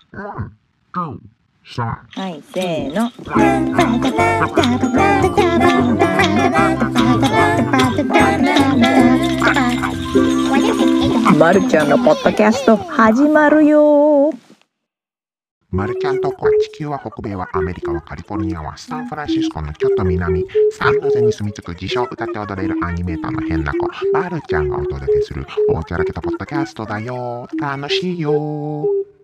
はい、せーの。まるちゃんのポッドキャスト始まるよ。 マルちゃんとこは地球は北米はアメリカはカリフォルニアはサンフランシスコのちょっと南サンノゼに住み着く自称歌って踊れるアニメーターの変な子マルちゃんがお届けするおちゃらけたポッドキャストだよ。楽しいよ。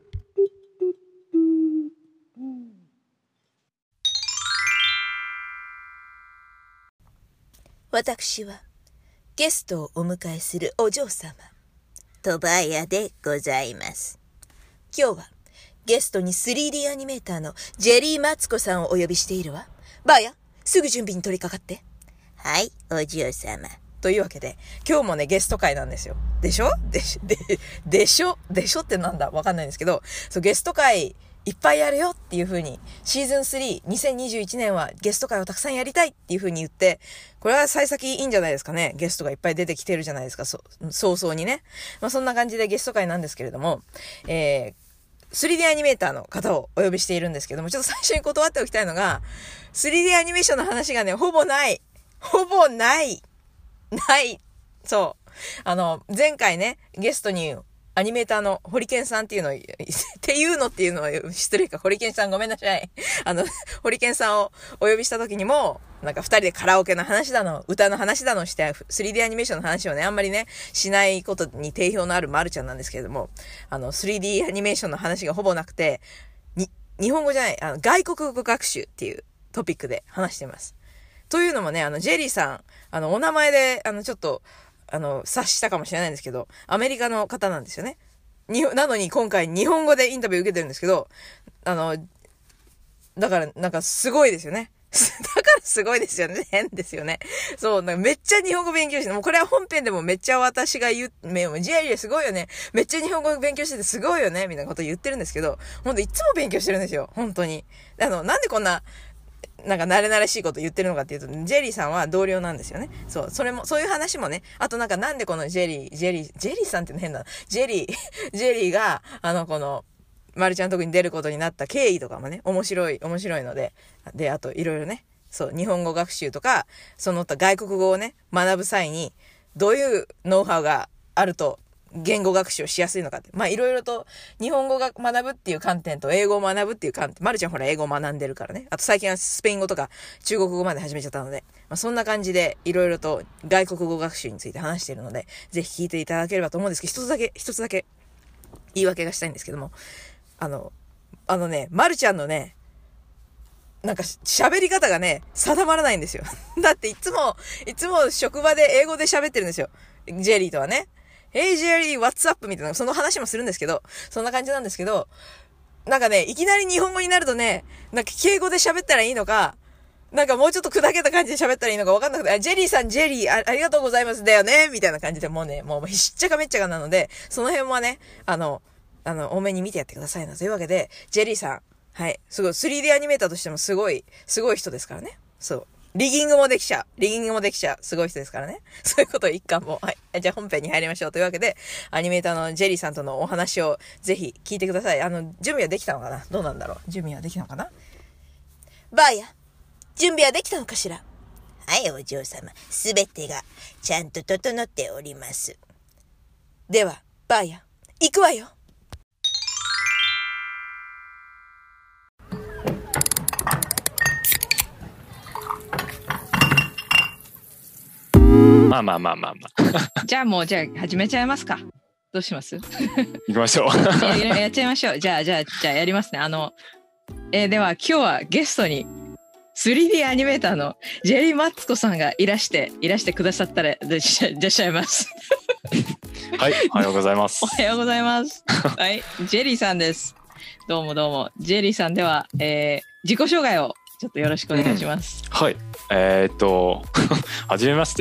私はゲストをお迎えするお嬢様トバヤでございます。今日はゲストに 3D アニメーターのジェリーマツコさんをお呼びしているわ。バーヤ、すぐ準備に取り掛かって。はい、お嬢様。というわけで、今日もね、ゲスト会なんですよ。でしょってなんだわかんないんですけど、そう、ゲスト会いっぱいやるよっていう風に、シーズン3、2021年はゲスト会をたくさんやりたいっていう風に言って、これは幸先いいんじゃないですかね。ゲストがいっぱい出てきてるじゃないですか。早々にね。まあそんな感じでゲスト会なんですけれども、3D アニメーターの方をお呼びしているんですけども、ちょっと最初に断っておきたいのが、3D アニメーションの話がね、ほぼない。そう。前回ね、ゲストにアニメーターのホリケンさんっていうのは失礼か、ホリケンさんごめんなさい。ホリケンさんをお呼びした時にも、なんか二人でカラオケの話だの、歌の話だのして、3D アニメーションの話をね、あんまりね、しないことに定評のあるまるちゃんなんですけれども、3D アニメーションの話がほぼなくて、日本語じゃない、外国語学習っていうトピックで話しています。というのもね、ジェリーさん、お名前で、ちょっと、察したかもしれないんですけど、アメリカの方なんですよね。なのに今回日本語でインタビュー受けてるんですけど、だからなんかすごいですよね。だからすごいですよね。変ですよね。そう、なんかめっちゃ日本語勉強して、もうこれは本編でもめっちゃ私がジェリーすごいよね。めっちゃ日本語勉強しててすごいよね。みたいなこと言ってるんですけど、ほんといつも勉強してるんですよ。本当に。なんでこんな、なんか慣れ慣れしいこと言ってるのかっていうと、ジェリーさんは同僚なんですよね。そう、そういう話もね、あとなんでこのジェリーさんっての変だな。ジェリーが、この、まるちゃんのとこに出ることになった経緯とかもね、面白いので、あといろいろね、そう、日本語学習とか、その他外国語をね、学ぶ際に、どういうノウハウがあると、言語学習をしやすいのかって。まあ、いろいろと、日本語が学ぶっていう観点と、英語を学ぶっていう観点。まるちゃんほら、英語を学んでるからね。あと最近はスペイン語とか、中国語まで始めちゃったので、まあ、そんな感じで、いろいろと外国語学習について話しているので、ぜひ聞いていただければと思うんですけど、一つだけ、言い訳がしたいんですけども、まるちゃんのね、なんか喋り方がね、定まらないんですよ。だっていつも職場で英語で喋ってるんですよ。ジェリーとはね。Hey Jerry, what's up? みたいな、その話もするんですけど、そんな感じなんですけど、なんかね、いきなり日本語になるとね、なんか敬語で喋ったらいいのか、なんかもうちょっと砕けた感じで喋ったらいいのか分かんなくて、ジェリーさん、ジェリー、ありがとうございますだよねみたいな感じでもうしっちゃかめっちゃかなので、その辺はね、多めに見てやってくださいな。というわけで、ジェリーさん、はい、すごい、3D アニメーターとしてもすごい人ですからね。そう。リギングもできちゃう。すごい人ですからね。そういうことを一貫も。はい。じゃあ本編に入りましょう。というわけで、アニメーターのジェリーさんとのお話をぜひ聞いてください。準備はできたのかな？どうなんだろう？準備はできたのかな？バーヤ、準備はできたのかしら？はい、お嬢様。すべてがちゃんと整っております。では、バーヤ、行くわよ。 まあ。 じゃあ始めちゃいますか。どうします？ 行きましょう。 やっちゃいましょう。じゃあやりますね。では今日はゲストに 3D アニメーターのジェリーマツコさんがいらしてくださったらいらっしゃいます。 はい、おはようございます。 おはようございます。はい、ジェリーさんです。どうも。ジェリーさんでは、自己紹介をちょっとよろしくお願いします。 はい。はじめまして、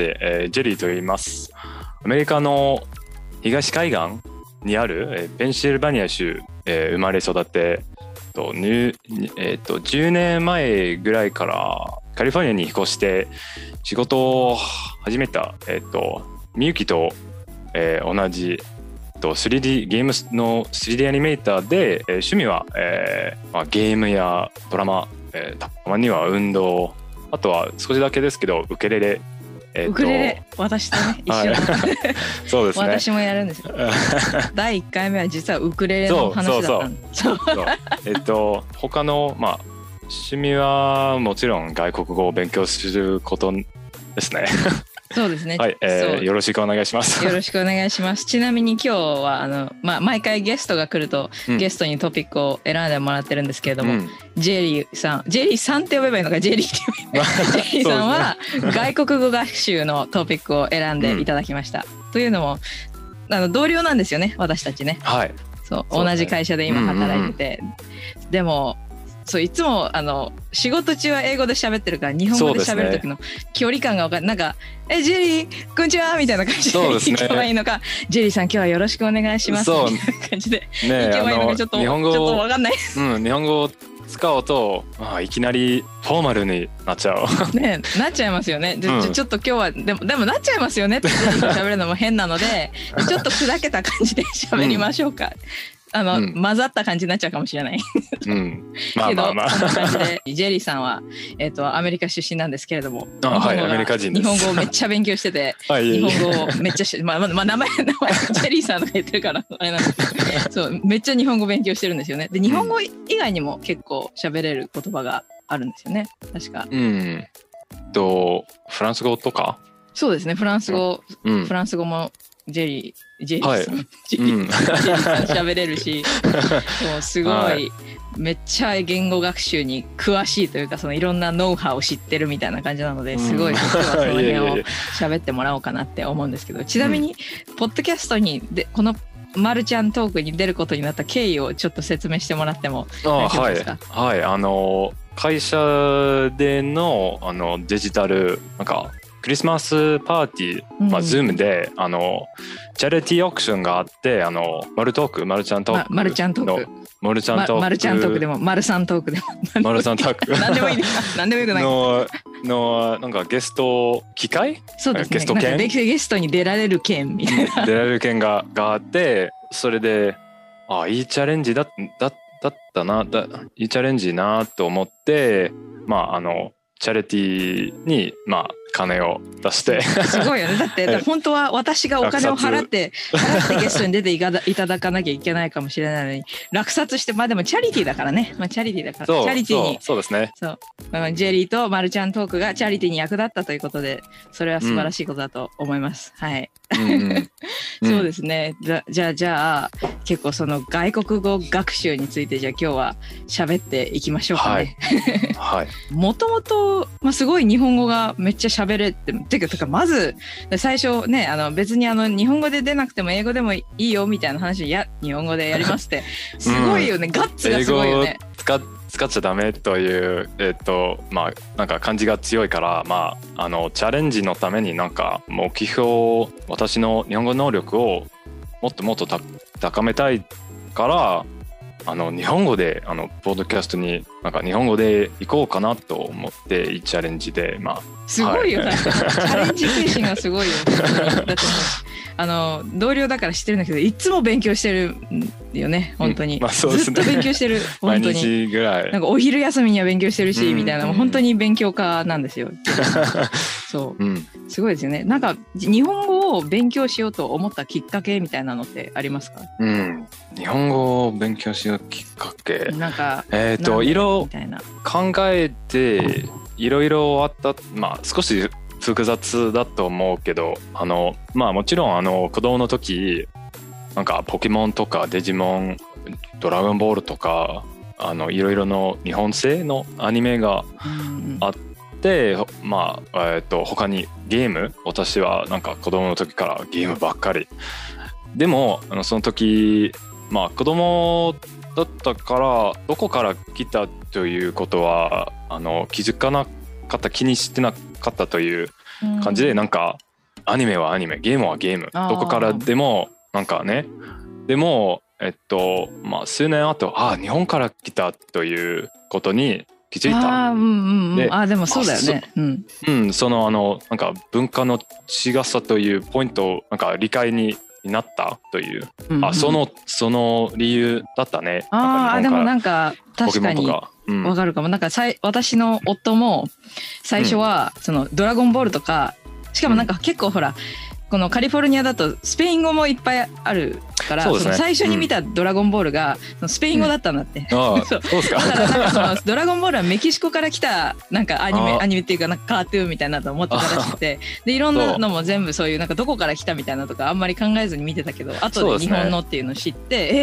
ジェリーと言います。アメリカの東海岸にある、ペンシルバニア州、生まれ育って10年前ぐらいからカリフォルニアに引っ越して仕事を始めた、みゆきと、同じ 3D ゲームの 3D アニメーターで、趣味は、まあ、ゲームやドラマ、たまには運動、あとは少しだけですけどウクレレ、 ウクレレ、私とね、一緒だ。 そうですね。 私もやるんですよ。第1回目は実はウクレレの話だったんで。 そう他の、まあ、趣味はもちろん外国語を勉強することですね。 そうですね。 はい、よろしくお願いします。 よろしくお願いします。ちなみに今日はまあ、毎回ゲストが来ると、ゲストにトピックを選んでもらってるんですけれども、ジェリーさんって呼べばいいのか、ジェリーって呼べばいいのか。ジェリーさんは外国語学習のトピックを選んでいただきました。というのも同僚なんですよね、私たちね。 はい。 そう、同じ会社で今働いてて、でもそういつも仕事中は英語で喋ってるから日本語で喋る時の距離感が分かる。なんかジェリーこんにちはみたいな感じで行けばいいのか、ジェリーさん今日はよろしくお願いしますみたいな感じで行けばいいのかちょっと分かんない。 日本語を使うと、いきなりフォーマルになっちゃう。 ね、なっちゃいますよね。ちょっと今日はでもなっちゃいますよねって喋るのも変なので、ちょっと砕けた感じで喋りましょうか。混ざった感じになっちゃうかもしれない。まあそんな感じでジェリーさんはアメリカ出身なんですけれども、 はい、アメリカ人です。 日本語をめっちゃ勉強してて、日本語をめっちゃまあ名前ジェリーさんとか言ってるからあれなんですけど、そうめっちゃ日本語勉強してるんですよね。で日本語以外にも結構喋れる言葉があるんですよね。確か。 フランス語とか。 そうですね。フランス語もジェリーさん、ジェリーさん喋れるし、そうすごいめっちゃ言語学習に詳しいというか、そのいろんなノウハウを知ってるみたいな感じなので、すごい今日はその辺を喋ってもらおうかなって思うんですけど、ちなみにポッドキャストにこのまるちゃんトークに出ることになった経緯をちょっと説明してもらっても大丈夫ですか？ はい、会社でのデジタルなんかクリスマスパーティー、ズームでチャリティーオークションがあって、マルちゃんトークマルちゃんトークでもマルさんトークでもマルさんトーク何でもいいですか？何でもいいないのなんかゲスト機会、 そうですね、 ゲスト券、 ゲストに出られる券みたいな出られる券があって、それでいいチャレンジだったな、いいチャレンジなと思って、チャリティーに金を出してすごいよね。だって本当は私がお金を払ってゲストに出ていただかなきゃいけないかもしれないのに落札して、でもチャリティーだからね、チャリティーだからチャリティーにそうですね。 そうジェリーとマルちゃんトークがチャリティーに役立ったということで、それは素晴らしいことだと思います。はい。そうですね。じゃあ結構その外国語学習についてじゃあ今日は喋っていきましょうかね。 はい。 もともとすごい日本語がめっちゃ喋れてかまず最初ね、別に日本語で出なくても英語でもいいよみたいな話、日本語でやりますってすごいよね。ガッツがすごいよね。 英語を使っちゃダメというなんか感じが強いから、チャレンジのためになんか目標、私の日本語能力をもっと高めたいから、日本語でポッドキャストになんか日本語で行こうかなと思っていいチャレンジで、 すごいよ、チャレンジ精神がすごいよ。だって同僚だから知ってるんだけど、いつも勉強してるよね、本当に。 そうですね、 ずっと勉強してる、本当に。 毎日ぐらい。 なんかお昼休みには勉強してるし、みたいな、本当に勉強家なんですよ。そう、すごいですよね。なんか日本語を勉強しようと思ったきっかけみたいなのってありますか？ 日本語を勉強しようきっかけ。なんかいろ考えていろいろあった。少し複雑だと思うけど、もちろん子供の時なんかポケモンとかデジモン、ドラゴンボールとかいろいろの日本製のアニメがあって、他にゲーム、私はなんか子供の時からゲームばっかりでもその時子供だったからどこから来たということは気づかなかった、気にしてなかったという感じで、なんかアニメはアニメ、ゲームはゲーム、どこからでもなんかね。でも数年後、日本から来たということに気づいた。 でもそうだよね。 そのなんか文化の違さというポイントをなんか理解にになったという、 うんうん、 その理由だったね。 でもなんか確かにわかるかも。なんか私の夫も最初はそのドラゴンボールとか、しかもなんか結構ほら、このカリフォルニアだとスペイン語もいっぱいあるから、その最初に見たドラゴンボールがそのスペイン語だったんだって。 そうですか。 だからなんかそのドラゴンボールはメキシコから来たなんかアニメっていうかなんかカートゥーンみたいなと思ってたらしくて、でいろんなのも全部そういうなんかどこから来たみたいなとかあんまり考えずに見てたけど、後で日本のっていうのを知って、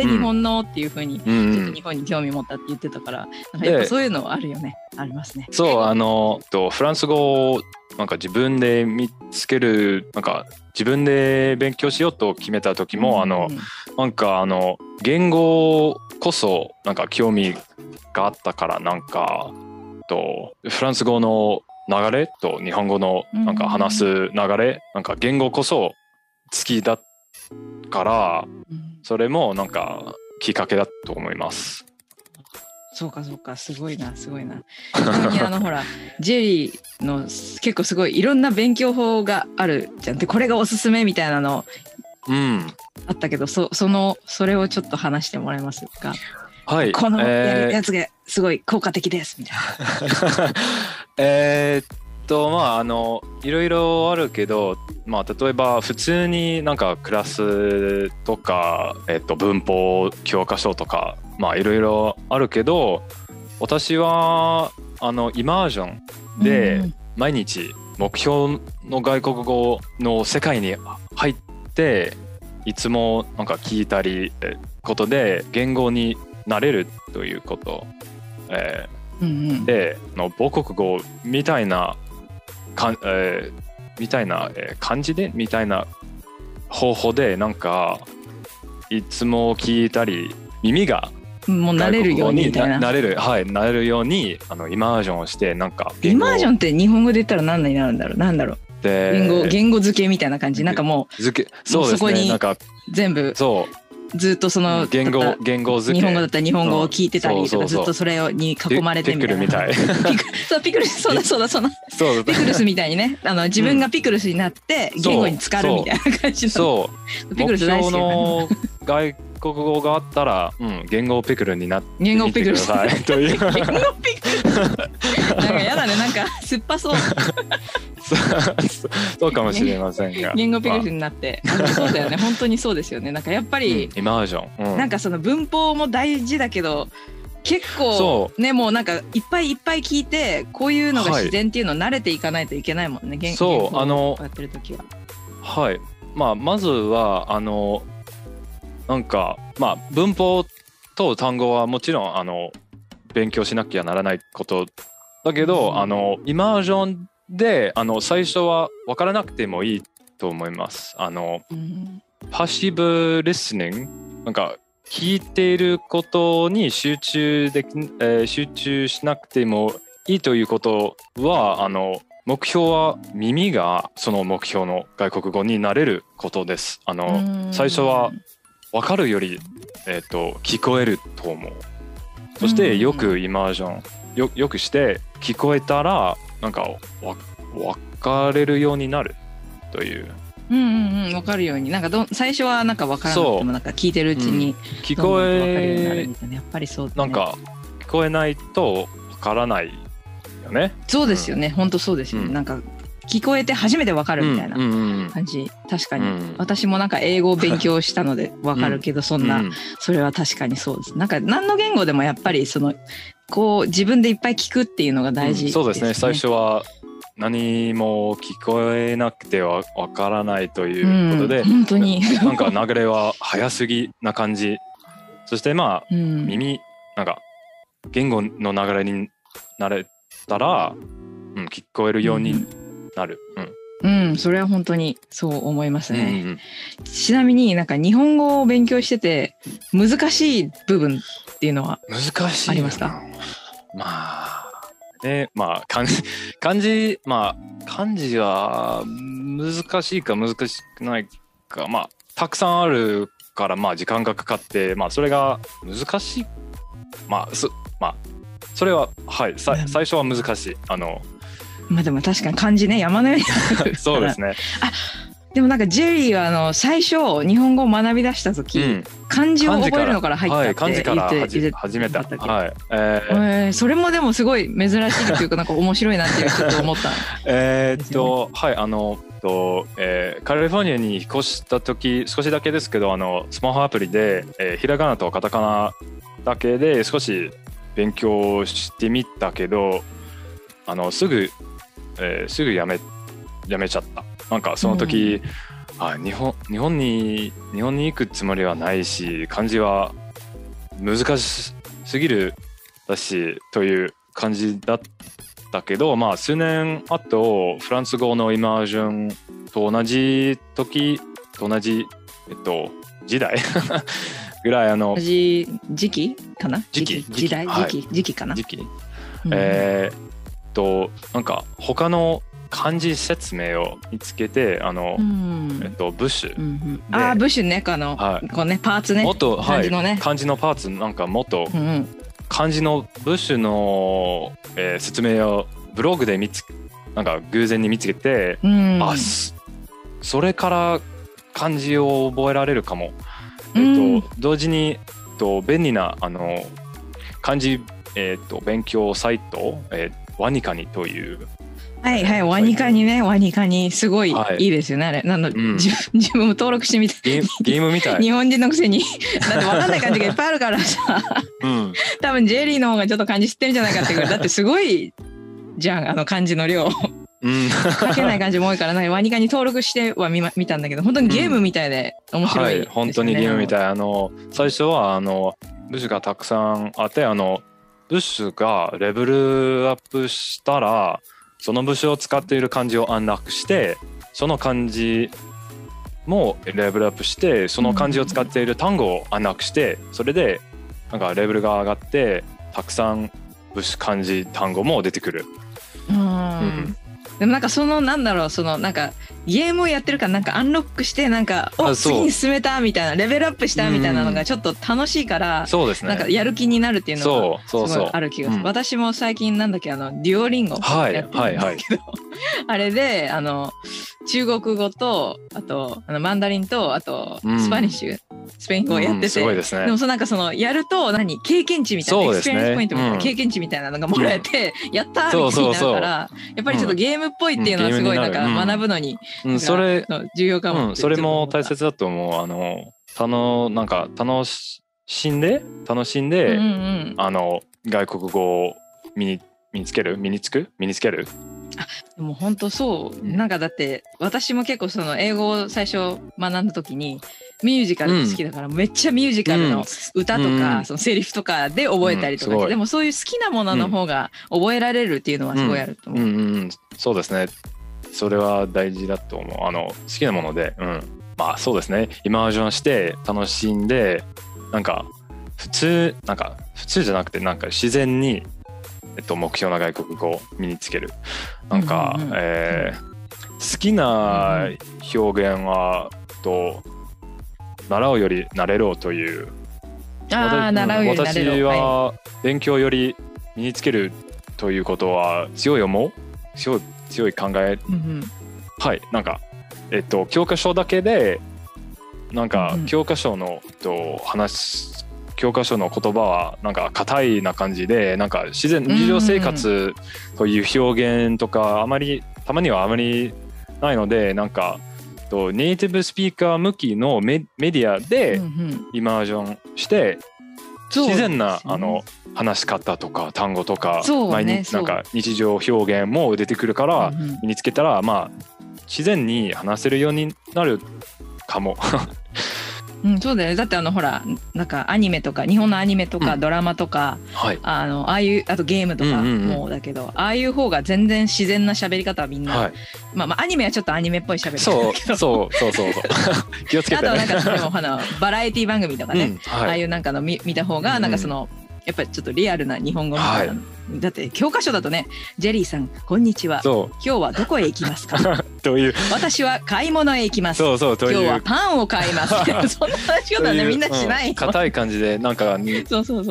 日本のっていう風にちょっと日本に興味持ったって言ってたから、なんかやっぱそういうのあるよね。ありますね。 そうフランス語をなんか自分で見つける、なんか自分で勉強しようと決めた時も、なんか言語こそなんか興味があったから、なんかフランス語の流れと日本語のなんか話す流れ、なんか言語こそ好きだから、それもなんかきっかけだと思います。 そうかすごいな。ちなみにほらジェリーの結構すごいいろんな勉強法があるじゃん。でこれがおすすめみたいなのあったけど、それをちょっと話してもらえますか。はい。このやつがすごい効果的ですみたいな。 いろいろあるけど、例えば普通になんかクラスとか、文法教科書とか、いろいろあるけど、私はイマージョンで毎日目標の外国語の世界に入って、いつもなんか聞いたりことで言語になれるということ、で母国語みたいな感じでみたいな方法でなんかいつも聞いたり、耳がもう慣れるようにみたいな、 慣れるようにイマージョンをして、なんかイマージョンって日本語で言ったら何になるんだろう。言語付けみたいな感じ、なんかもうそうですね、そこに全部ずっとその言語付け、 日本語だったら日本語を聞いてたりとか、ずっとそれに囲まれてみたいな。ピクルス、そうだピクルスみたいにね、自分がピクルスになって言語に浸かるみたいな感じの。 ピクルス大好きの外国語があったら、言語ピクルになってみてくださいという。言語ピクルなんかやだね、なんか酸っぱそう。 そうかもしれませんが、 言語ピクルスになって、そうだよね、本当にそうですよね。なんかやっぱりイマージョン、 なんかその文法も大事だけど、結構ね、もうなんかいっぱい聞いて、こういうのが自然っていうのを慣れていかないといけないもんね。言語をやってる時は。 はい。まずはなんか文法と単語はもちろん勉強しなきゃならないことだけど、イマージョンで最初は分からなくてもいいと思います。パッシブリスニング、なんか聞いていることに集中しなくてもいいということは、目標は耳がその目標の外国語になれることです。最初は分かるより、聞こえると思う。そしてよくイマージョンよくして聞こえたら、なんか分かれるようになるという。 分かるように、なんか最初はなんか分からなくても、なんか聞いてるうちに聞こえ、 やっぱりそうだね。 なんか聞こえないと分からないよね。 そうですよね、本当そうですよね。なんか聞こえて初めて分かるみたいな感じ。確かに、私もなんか英語を勉強したので分かるけど、それは確かにそうです。なんか何の言語でもやっぱりこう自分でいっぱい聞くっていうのが大事ですね。 そうですね。最初は何も聞こえなくては分からないということで、 本当になんか流れは早すぎな感じ。そして耳、なんか言語の流れになれたら、聞こえるようになる。 それは本当にそう思いますね。ちなみになんか日本語を勉強してて難しい部分っていうのはありますか？ 漢字は難しいか難しくないか、たくさんあるから時間がかかって、それが難しい、それは最初は難しい。 でも確かに漢字ね、山のようにそうですね。 でもなんかジェリーは最初日本語を学び出した時、漢字を覚えるのから入ったって漢字から始めた。はい。 それもでもすごい珍しいっていうかなんか面白いなっていうちょっと思った。 はい、カリフォルニアに引っ越した時少しだけですけどスマホアプリで、ひらがなとカタカナだけで少し勉強してみたけどすぐやめちゃった。なんかその時、日本に行くつもりはないし漢字は難しすぎるだしという感じだったけど、まあ数年後フランス語のイマージョンと同じ時と同じ時代ぐらい時期かな時期かななんか他の漢字説明を見つけてブッシュ、 ブッシュねこうねパーツねもっと漢字のね、漢字のパーツなんかもっと漢字のブッシュの、説明をブログでなんか偶然に見つけて、それから漢字を覚えられるかも、同時に便利な漢字、勉強サイト、ワニカニというワニカニすごいいいですよねあれ。自分も登録してみてゲームみたい。 日本人のくせにだって分かんない漢字がいっぱいあるからさ、多分ジェリーの方がちょっと漢字知ってるんじゃないかってくらいだってすごいじゃん漢字の量書けない漢字も多いからなんかワニカニ登録しては見たんだけど本当にゲームみたいで面白いですよね。 本当にゲームみたい。最初はブッシュがたくさんあってブッシュがレベルアップしたらその部署を使っている漢字をアンロックしてその漢字もレベルアップしてその漢字を使っている単語をアンロックしてそれでなんかレベルが上がってたくさん部署漢字単語も出てくる。 でもなんかなんかゲームをやってるからなんかアンロックしてなんか次に進めたみたいなレベルアップしたみたいなのがちょっと楽しいからなんかやる気になるっていうのがすごいある気がする。私も最近なんだっけデュオリンゴやってるんですけどあれで中国語とあとマンダリンとあとスパニッシュスペイン語をやっててでもなんかやると経験値みたいなエクスペリエンスポイントみたいな経験値みたいなのがもらえてやったーみたいになるからやっぱりちょっとゲームっぽいっていうのはすごいなんか学ぶのにそれ重要かも。 それも大切だと思う。なんか楽しんで外国語を身につける。でも本当そうなんかだって私も結構英語を最初学んだ時にミュージカルが好きだからめっちゃミュージカルの歌とかそのセリフとかで覚えたりとかでもそういう好きなものの方が覚えられるっていうのはすごいあると思う。 そうですね。それは大事だと思う。好きなもので、まあそうですね。イマージョンして楽しんでなんか普通じゃなくてなんか自然に目標な外国語を身につける。なんか、好きな表現は習うより慣れろという。 習うより慣れろ。 私は勉強より身につけるということは強い考え。なんか教科書だけでなんか教科書の教科書の言葉はなんか硬いな感じでなんか日常生活という表現とかたまにはあまりないのでなんかネイティブスピーカー向きのメディアでイマージョンして自然な話し方とか単語とかなんか日常表現も出てくるから身につけたらまあ自然に話せるようになるかも。 そうだよね。だってほらなんかアニメとか日本のアニメとかドラマとか、ああいうあとゲームとかもだけど、ああいう方が全然自然な喋り方はみんな、まあアニメはちょっとアニメっぽい喋り方だけどそう気をつけてね。 あとはなんかでもバラエティ番組とかね、ああいうなんかの見た方がなんかやっぱりちょっとリアルな日本語みたいな、だって教科書だとねジェリーさんこんにちは今日はどこへ行きますかという私は買い物へ行きます今日はパンを買いますそんな話し方ねみんなしない硬い感じでなんか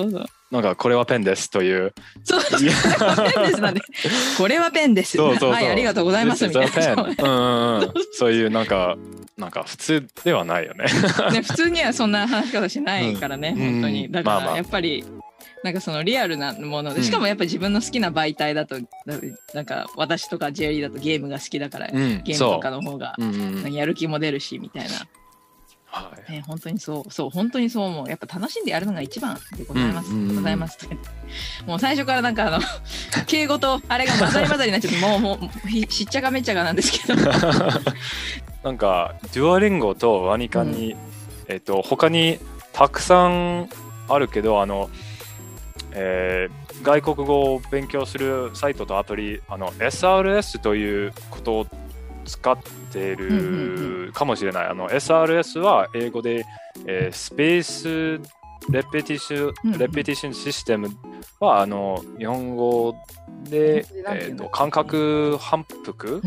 なんかこれはペンですという。 そうそう、これはペンですなんで、これはペンです。 そうそうそう、 はい、ありがとうございますみたいな。 そういうなんか普通ではないよね。 ね、普通にはそんな話し方しないからね、本当に。だからやっぱりなんかそのリアルなもので、しかもやっぱり自分の好きな媒体だと、なんか私とかジェリーだとゲームが好きだから、ゲームとかの方がやる気も出るしみたいな。はいね、本当にそう本当にそう思う。やっぱ楽しんでやるのが一番でございます、ございます。もう最初からなんか敬語とあれが混ざり混ざりになっちゃってもうしっちゃかめっちゃかなんですけどなんかデュオリンゴとワニカに、他にたくさんあるけど外国語を勉強するサイトとアプリSRS ということを使っているかもしれない。SRS は英語で、スペースレペティションシステムは日本語で、感覚反復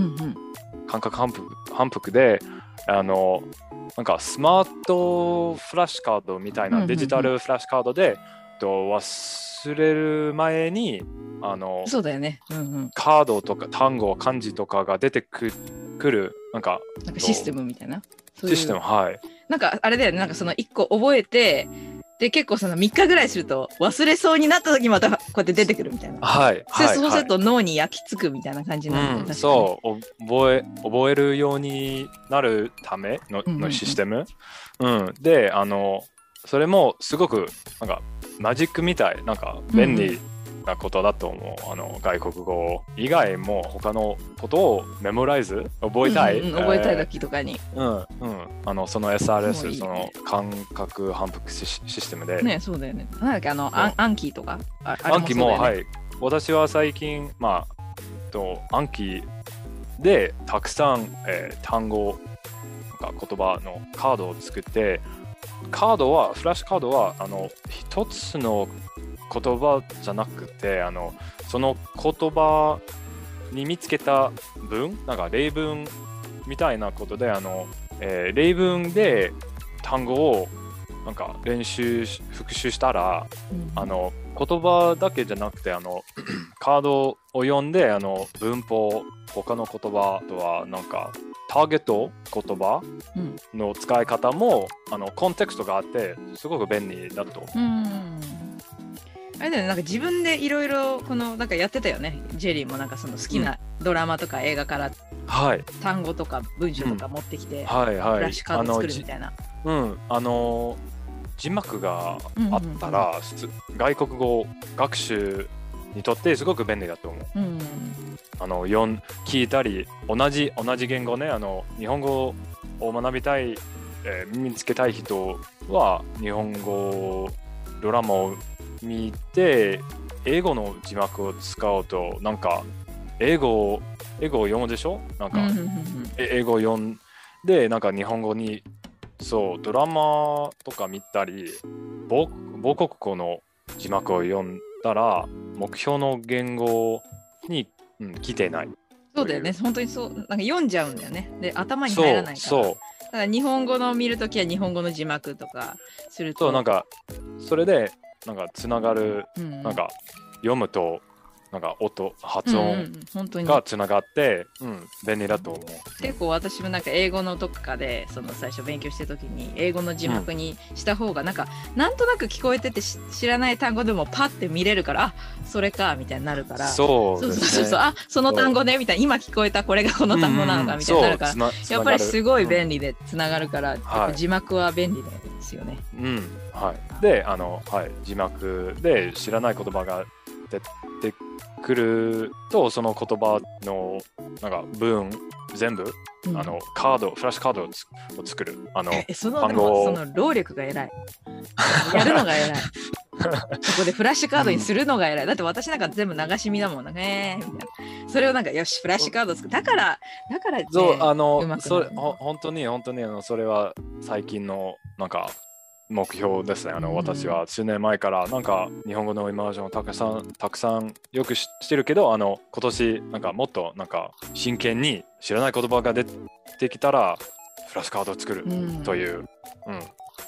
でなんかスマートフラッシュカードみたいなデジタルフラッシュカードで忘れる前にそうだよね、 カードとか単語漢字とかが出てくるなんかシステムみたいなシステム、はい。 なんかあれだよね、なんかその1個覚えてで結構その3日ぐらいすると忘れそうになった時またこうやって出てくるみたいな。 はい。 そうすると脳に焼き付くみたいな感じになる、 そう覚えるようになるためのシステム。でそれもすごくなんかマジックみたいなんか便利なことだと思う。外国語以外も他のことをメモライズ覚えたい、 覚えたい時とかにその SRS いい、ね、その感覚反復システムでね。そうだよね。なんだっけアンキーとかアンキーも、はい。私は最近アンキーでたくさん、単語なんか言葉のカードを作ってフラッシュカードは一つの言葉じゃなくてその言葉に見つけた文なんか例文みたいなことで例文で単語をなんか復習したら、言葉だけじゃなくてカードを読んで文法他の言葉とはなんかターゲット言葉の使い方も、コンテクストがあってすごく便利だと。 あれだよね、なんか自分でいろいろなんかやってたよね。ジェリーもなんかその好きなドラマとか映画から単語とか文章とか持ってきて、フラッシュカード作るみたいな。 字幕があったら、外国語学習にとってすごく便利だと思う。聞いたり同じ言語ね日本語を学びたい、身につけたい人は日本語ドラマを見て英語の字幕を使うとなんか英語を読むでしょなんか、英語を読んでなんか日本語にドラマとか見たり母国語の字幕を読んだら目標の言語に来てない。 そうだよね、本当にそう。なんか読んじゃうんだよね。で頭に入らないから。だから日本語の見るときは日本語の字幕とかすると。 なんかそれでなんかつながる、なんか読むとなんか発音がつながって、便利だと思う。 結構私もなんか英語のどっかで最初勉強してる時に英語の字幕にした方がなんとなく聞こえてて知らない単語でもパッて見れるからそれかみたいになるから、 そうその単語ねみたいな今聞こえたこれがこの単語なのかみたいになるから、やっぱりすごい便利でつながるから、字幕は便利ですよね。 で字幕で知らない言葉が出てくるとその言葉のなんか文全部、フラッシュカードを作るその労力が偉いやるのが偉いそこでフラッシュカードにするのが偉い。だって私なんか全部流し見だもん。みたいなそれをなんかよしフラッシュカード作るだからそううまくなる。本当にそれは最近のなんか目標ですね。私は数年前からなんか日本語のイマージョンをたくさんよくしてるけど今年なんかもっとなんか真剣に知らない言葉が出てきたらフラッシュカードを作るという、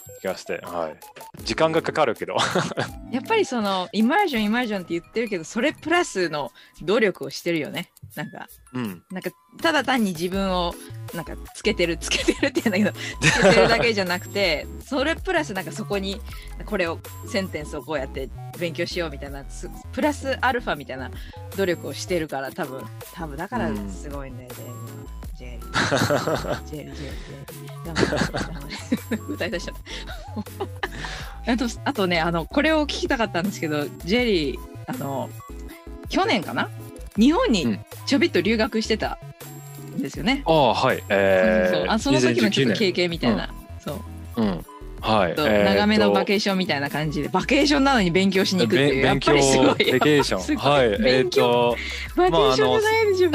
気がして、はい。時間がかかるけど。 やっぱりそのイマージョンって言ってるけど、それプラスの努力をしてるよね。なんかただ単に自分をなんかつけてるって言うんだけど、つけてるだけじゃなくて、それプラスなんかそこにこれをセンテンスをこうやって勉強しようみたいなプラスアルファみたいな努力をしてるから、多分だからすごいんだよね。ジェリー歌い出しちゃったあとね、これを聞きたかったんですけど、ジェリー去年かな、日本にちょびっと留学してたんですよね。 はい。 その時のちょっと経験みたいな、 はい。 長めのバケーションみたいな感じで、バケーションなのに勉強しに行くっていう、やっぱりすごい。 バケーション。はい。 バケーションじゃないでしょ。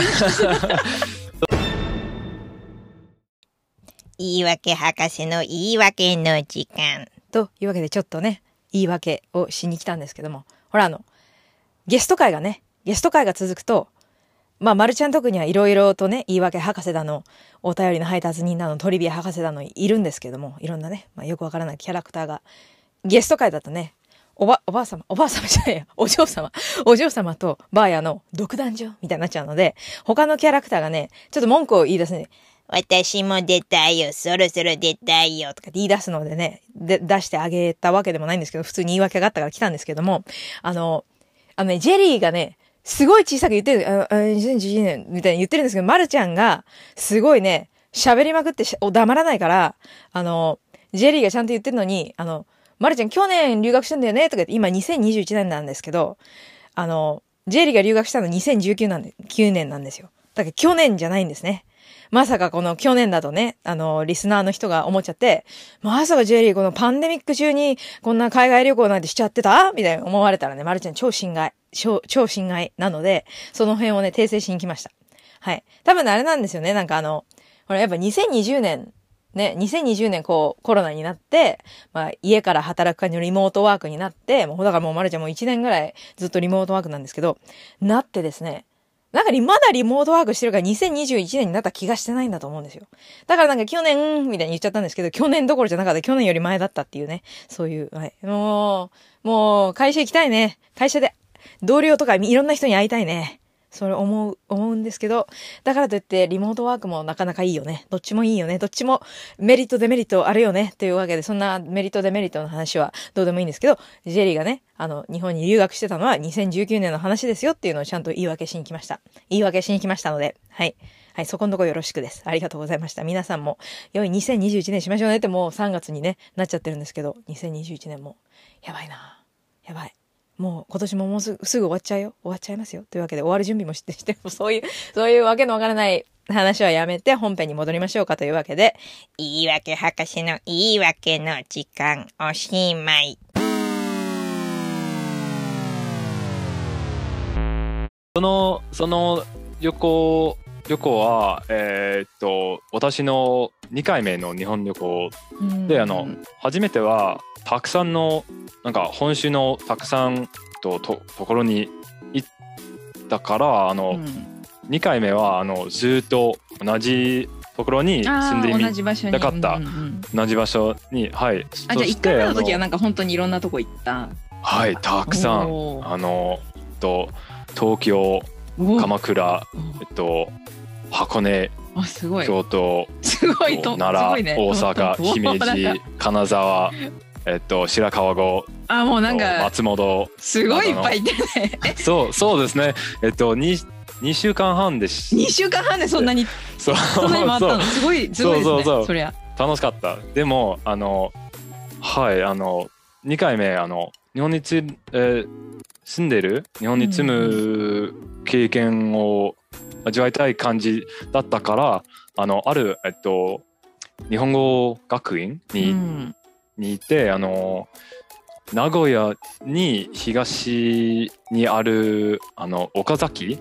言い訳博士の言い訳の時間というわけで、ちょっとね言い訳をしに来たんですけども、ほらゲスト会が続くと、まるちゃん特にはいろいろとね、言い訳博士だの、お便りの配達人だの、トリビア博士だのいるんですけども、いろんなね、よくわからないキャラクターがゲスト会だとね、おばあ様じゃないや、お嬢様とばあやの独壇場みたいになっちゃうので、他のキャラクターがね、ちょっと文句を言い出すね。私も出たいよ、そろそろ出たいよとかって言い出すのでね、出してあげたわけでもないんですけど、普通に言い訳があったから来たんですけども、ジェリーがね、すごい小さく言ってる、2011年みたいに言ってるんですけど、まるちゃんがすごいね、喋りまくって黙らないから、ジェリーがちゃんと言ってるのに、まるちゃん去年留学したんだよねとか言って、今2021年なんですけど、ジェリーが留学したの2019年なんですよ。だから去年じゃないんですね。まさかこの去年だとね、リスナーの人が思っちゃって、まさかジェリーこのパンデミック中にこんな海外旅行なんてしちゃってたみたいに思われたらね、まるちゃん超心外なので、その辺をね、訂正しに来ました。はい。多分ね、あれなんですよね。なんかほらやっぱ2020年こうコロナになって、家から働く感じのリモートワークになって、だからもうまるちゃんも1年ぐらいずっとリモートワークなんですけど、なってですね、なんかまだリモートワークしてるから2021年になった気がしてないんだと思うんですよ。だからなんか去年みたいに言っちゃったんですけど、去年どころじゃなかった、去年より前だったっていうね、そういう、はい。もう会社行きたいね。会社で同僚とかいろんな人に会いたいね。それ思うんですけど、だからといってリモートワークもなかなかいいよね。どっちもいいよね。どっちもメリットデメリットあるよね。というわけで、そんなメリットデメリットの話はどうでもいいんですけど、ジェリーがね、日本に留学してたのは2019年の話ですよっていうのをちゃんと言い訳しに来ました。ので、はい。はい、そこのとこよろしくです。ありがとうございました。皆さんも良い2021年しましょうねって、もう3月にね、なっちゃってるんですけど、2021年もやばいな。やばい。もう今年ももうすぐ終わっちゃいますよ。というわけで終わる準備もしてそういうわけのわからない話はやめて本編に戻りましょうかというわけで、言い訳博士の言い訳の時間おしまい。 その旅行は私の2回目の日本旅行で、初めてはたくさんのなんか本州のたくさんところに行ったから、2回目はずっと同じところに住んでみたかった。同じ場所に、はい。 じゃあ1回目の時はなんか本当にいろんなとこ行った。 はい、たくさん東京、鎌倉、箱根、京都、奈良、大阪、姫路、金沢、白川郷、 もうなんか松本、 すごいいっぱいいてね。 そうですね。2週間半で 2週間半でそんなに回ったのすごいですね。そりゃ楽しかった。でもはい2回目日本に住んでる日本に住む経験を味わいたい感じだったから、ある日本語学院にいて、名古屋に東にある岡崎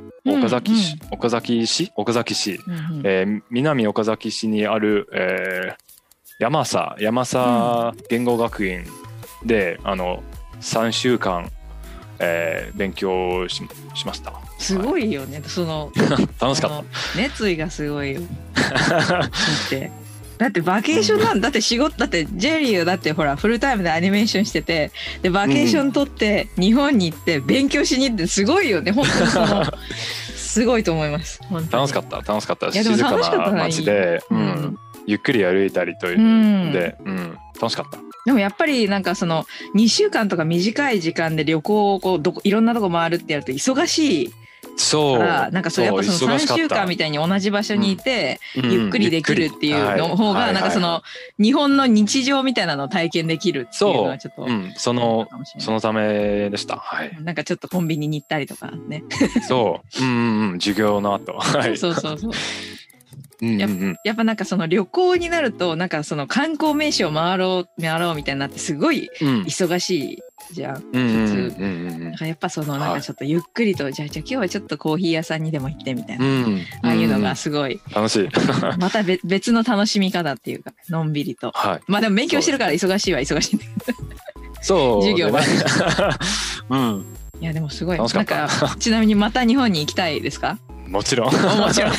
市、南岡崎市にある、山佐言語学院で3週間、勉強しました。 すごいよね、 楽しかった。 熱意がすごいよ。 だってバケーションなんだって仕事だってジェリーはだってほらフルタイムでアニメーションしててでバケーション取って日本に行って勉強しに行ってすごいよね本当にそのすごいと思います本当に。 楽しかったいやでも静楽しかったなかな街で、ゆっくり歩いたりというで、楽しかった。 でもやっぱりなんかその2週間とか短い時間で旅行をこういろんなとこ回るってやると忙しいからなんかそうやっぱその3週間みたいに同じ場所にいてゆっくりできるっていうの方がなんかその日本の日常みたいなのを体験できるっていうのはちょっとそのためでした。はい。 なんかちょっとコンビニに行ったりとかね。 そう、授業の後。はい。 そう。やっぱなんかその旅行になるとなんかその観光名所を回ろうみたいになってすごい忙しいじゃん普通。だからやっぱそのなんかちょっとゆっくりとじゃあ今日はちょっとコーヒー屋さんにでも行ってみたいな、ああいうのがすごい楽しい。 また別の楽しみ方っていうかのんびりと。まあでも勉強してるから忙しいんだけど。 そう授業は。いやでもすごいなんかちなみにまた日本に行きたいですか？ もちろん。 もちろん。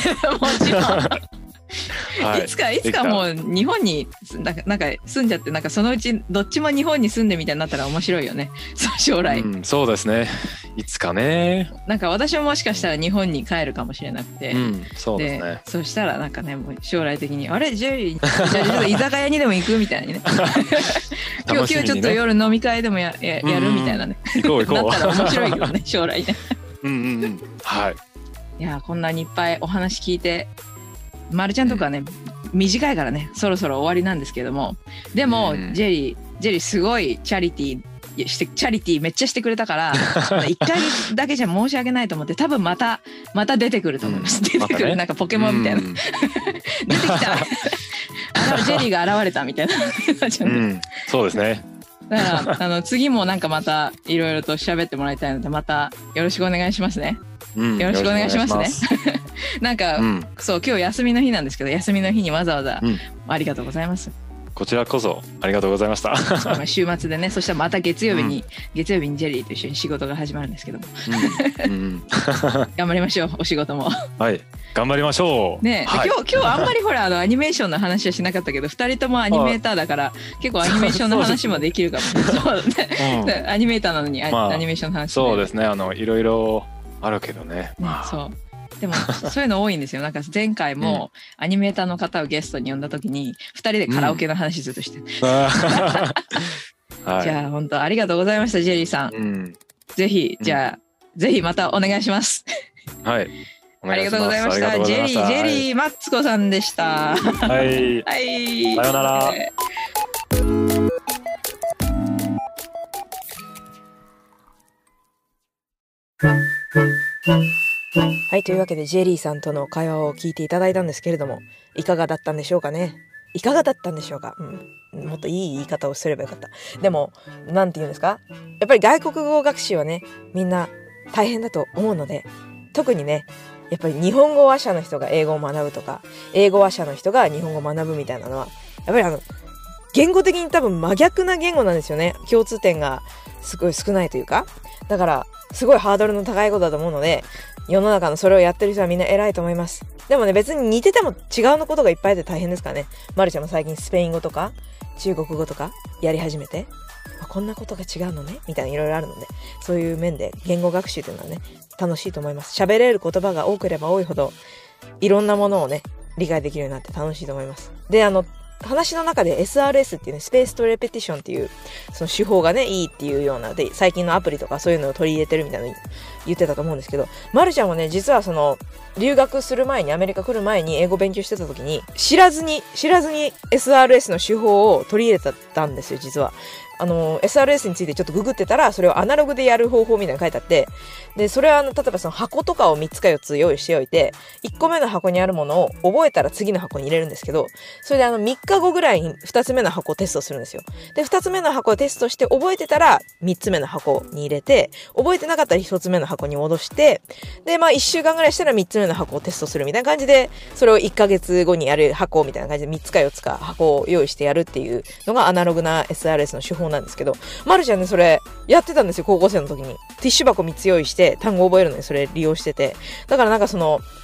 いつかもう日本になんか住んじゃってなんかそのうちどっちも日本に住んでみたいになったら面白いよね。将来。 そうですね。いつかね。 なんか私ももしかしたら日本に帰るかもしれなくて。 そうですね。 そしたらなんかねもう将来的にあれジェリーじゃあ居酒屋にでも行くみたいにね。今日ちょっと夜飲み会でもやるみたいなね。 行こう。 なったら面白いけどね将来ね。 はい。 いやこんなにいっぱいお話聞いてまるちゃんとかね、短いからねそろそろ終わりなんですけどもでも、ジェリーすごいチャリティーめっちゃしてくれたから1回だけじゃ申し訳ないと思って多分また出てくると思います、出てくる、なんかポケモンみたいな、出てきたジェリーが現れたみたいなそうですね。 だから次もなんかまたいろいろと喋ってもらいたいのでまたよろしくお願いしますね。よろしくお願いしますね。なんか、そう今日休みの日なんですけど休みの日にわざわざありがとうございます。 こちらこそありがとうございました。 週末でねそしたらまた月曜日にジェリーと一緒に仕事が始まるんですけども、頑張りましょうお仕事も。はい頑張りましょうね。今日あんまりほらアニメーションの話はしなかったけど2人ともアニメーターだから結構アニメーションの話もできるかも。アニメーターなのにアニメーションの話。そうですねいろいろあるけどね。 そうでもそういうの多いんですよ。なんか前回もアニメーターの方をゲストに呼んだ時に2人でカラオケの話ずっとして、じゃあ本当ありがとうございましたジェリーさん、ぜひじゃあぜひまたお願いします。 はいありがとうございました。ジェリーマッツコさんでした。 はい、 はい、 さようなら。 はい、というわけでジェリーさんとの会話を聞いていただいたんですけれどもいかがだったんでしょうかね。いかがだったんでしょうか、もっといい言い方をすればよかった。でもなんて言うんですか、やっぱり外国語学習はねみんな大変だと思うので特にねやっぱり日本語話者の人が英語を学ぶとか英語話者の人が日本語を学ぶみたいなのはやっぱり言語的に多分真逆な言語なんですよね。共通点がすごい少ないというかだからすごいハードルの高いことだと思うので世の中のそれをやってる人はみんな偉いと思います。でもね別に似てても違うのことがいっぱいあって大変ですからね。まるちゃんも最近スペイン語とか中国語とかやり始めてこんなことが違うのねみたいないろいろあるのでそういう面で言語学習というのはね楽しいと思います。喋れる言葉が多ければ多いほどいろんなものをね理解できるようになって楽しいと思います。で話の中で SRS っていうねスペースとレペティションっていうその手法がねいいっていうようなで最近のアプリとかそういうのを取り入れてるみたいなの言ってたと思うんですけどまるちゃんもね実はその留学する前にアメリカ来る前に英語勉強してた時に知らずに SRS の手法を取り入れたんですよ実は。SRS についてちょっとググってたらそれをアナログでやる方法みたいなの書いてあってでそれは例えばその箱とかを3つか4つ用意しておいて1個目の箱にあるものを覚えたら次の箱に入れるんですけどそれで3日後ぐらいに2つ目の箱をテストするんですよ。で2つ目の箱をテストして覚えてたら3つ目の箱に入れて覚えてなかったら1つ目の箱に戻してで1週間ぐらいしたら3つ目の箱をテストするみたいな感じでそれを1ヶ月後にやる箱みたいな感じで3つか4つか箱を用意してやるっていうのがアナログな SRS の手法なんですけどまるちゃんねそれやってたんですよ高校生の時に。ティッシュ箱3つ用意して単語を覚えるのにそれ利用しててだからなんかその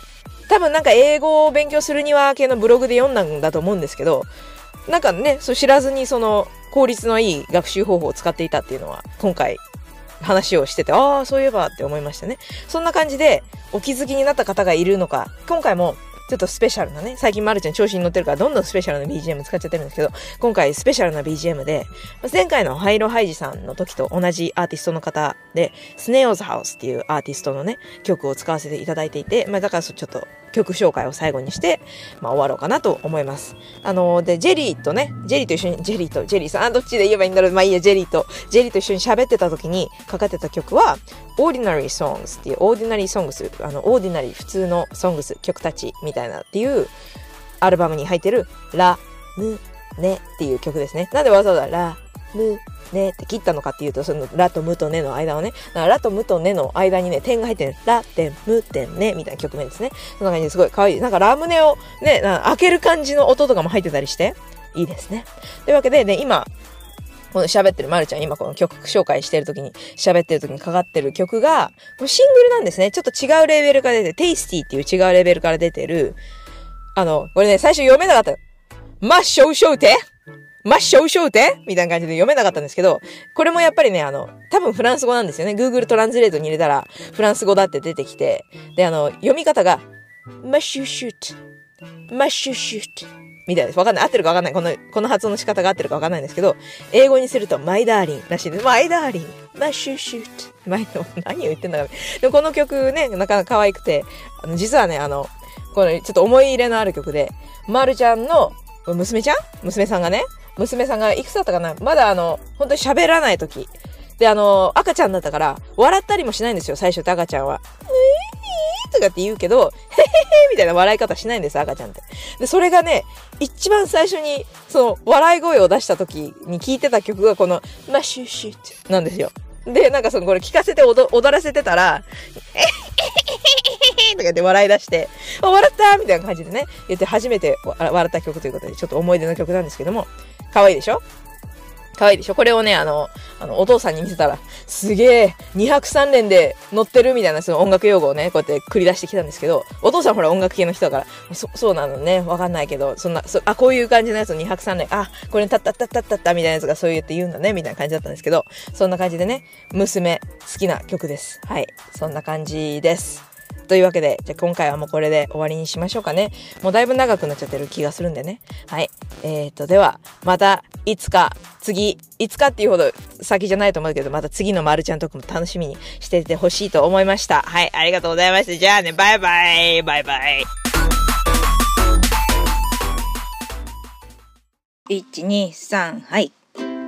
多分なんか英語を勉強するには系のブログで読んだんだと思うんですけど、なんかね、そう知らずにその効率のいい学習方法を使っていたっていうのは今回話をしてて、ああ、そういえばって思いましたね。そんな感じでお気づきになった方がいるのか、今回もちょっとスペシャルなね、最近まるちゃん調子に乗ってるからどんどんスペシャルな BGM 使っちゃってるんですけど、今回スペシャルな BGM で、前回のハイロハイジさんの時と同じアーティストの方で、スネオズハウスっていうアーティストのね、曲を使わせていただいていて、だからちょっと曲紹介を最後にして、終わろうかなと思います。で、ジェリーと一緒に、ジェリーさん、どっちで言えばいいんだろう。いいや、ジェリーと一緒に喋ってた時にかかってた曲は、Ordinary Songs っていう、Ordinary Songs、Ordinary 普通の Songs 曲たちみたいなっていうアルバムに入ってるラ、ム、ネっていう曲ですね。なんでわざわざラ、ム、ネって切ったのかっていうと、そのラとムとネの間をね、ラとムとネの間にね、点が入ってるラ、点、ム、点、ネみたいな曲名ですね。そんな感じですごい可愛い。なんかラムネをね、開ける感じの音とかも入ってたりして、いいですね。というわけで、ね、今、この喋ってるまるちゃん、今この曲紹介してる時に、喋ってる時にかかってる曲が、これシングルなんですね。ちょっと違うレベルから出て、テイスティっていう違うレベルから出てる、これね、最初読めなかった。マッショウショウテマッショウショウテみたいな感じで読めなかったんですけど、これもやっぱりね、多分フランス語なんですよね。Google トランスレートに入れたら、フランス語だって出てきて、で、読み方が、マッシュシュート、マッシュシュート、みたいです。わかんない。合ってるかわかんない。この発音の仕方が合ってるかわかんないんですけど、英語にすると、マイダーリンらしいです。マイダーリン、マッシュシュート。何を言ってんだかね。でもこの曲ね、なかなか可愛くて、実はね、このちょっと思い入れのある曲で、まるちゃんの娘さんがいくつだったかな、まだ本当に喋らない時。で、赤ちゃんだったから、笑ったりもしないんですよ、最初って赤ちゃんは。とかって言うけど、へへへみたいな笑い方しないんです、赤ちゃんって。で、それがね、一番最初に、笑い声を出した時に聴いてた曲がこの、マッシュシュートなんですよ。で、なんかこれ聞かせて踊らせてたら、えへへへへとかって笑い出して、笑ったみたいな感じでね、言って初めて笑った曲ということで、ちょっと思い出の曲なんですけども、可愛いでしょこれをね、お父さんに見せたら、すげえ、2拍3連で乗ってるみたいなその音楽用語をね、こうやって繰り出してきたんですけど、お父さんほら音楽系の人だから、そうなのね、わかんないけど、こういう感じのやつを2拍3連、これタッタッタッタッタッタみたいなやつがそう言って言うんだね、みたいな感じだったんですけど、そんな感じでね、娘、好きな曲です。はい。そんな感じです。というわけで、じゃあ今回はもうこれで終わりにしましょうかね。もうだいぶ長くなっちゃってる気がするんでね。はい。では、また、いつかっていうほど先じゃないと思うけど、また次のまるちゃんトークも楽しみにしていてほしいと思いました。はい。ありがとうございました。じゃあね、バイバイ。バイバイ。1、2、3、はい。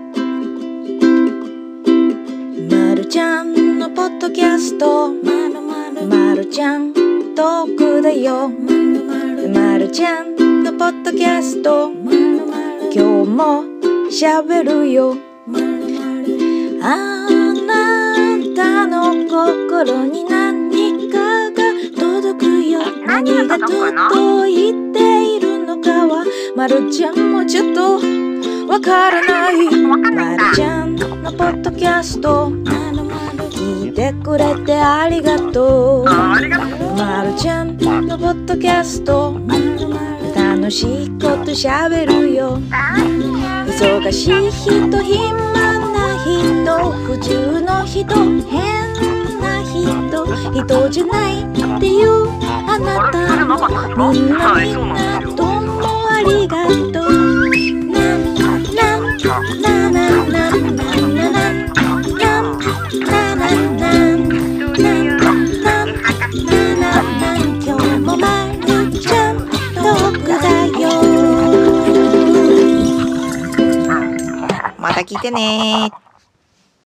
まるちゃんのポッドキャスト、まるちゃんトークだよ。まるちゃんのポッドキャスト、今日も喋るよ。あなたの心に何かが届くよ。何が届いているのかはまるちゃんもちょっとわからない。まるちゃんのポッドキャスト、聞いてくれてありがとう。まるちゃんのポッドキャスト、楽しいことしゃべるよ。忙しい人、暇な人、普通の人、変な人、人じゃないっていうあなたも、みんなどうもありがとう。今日もまるちゃんトークだよ。また聞いてねー。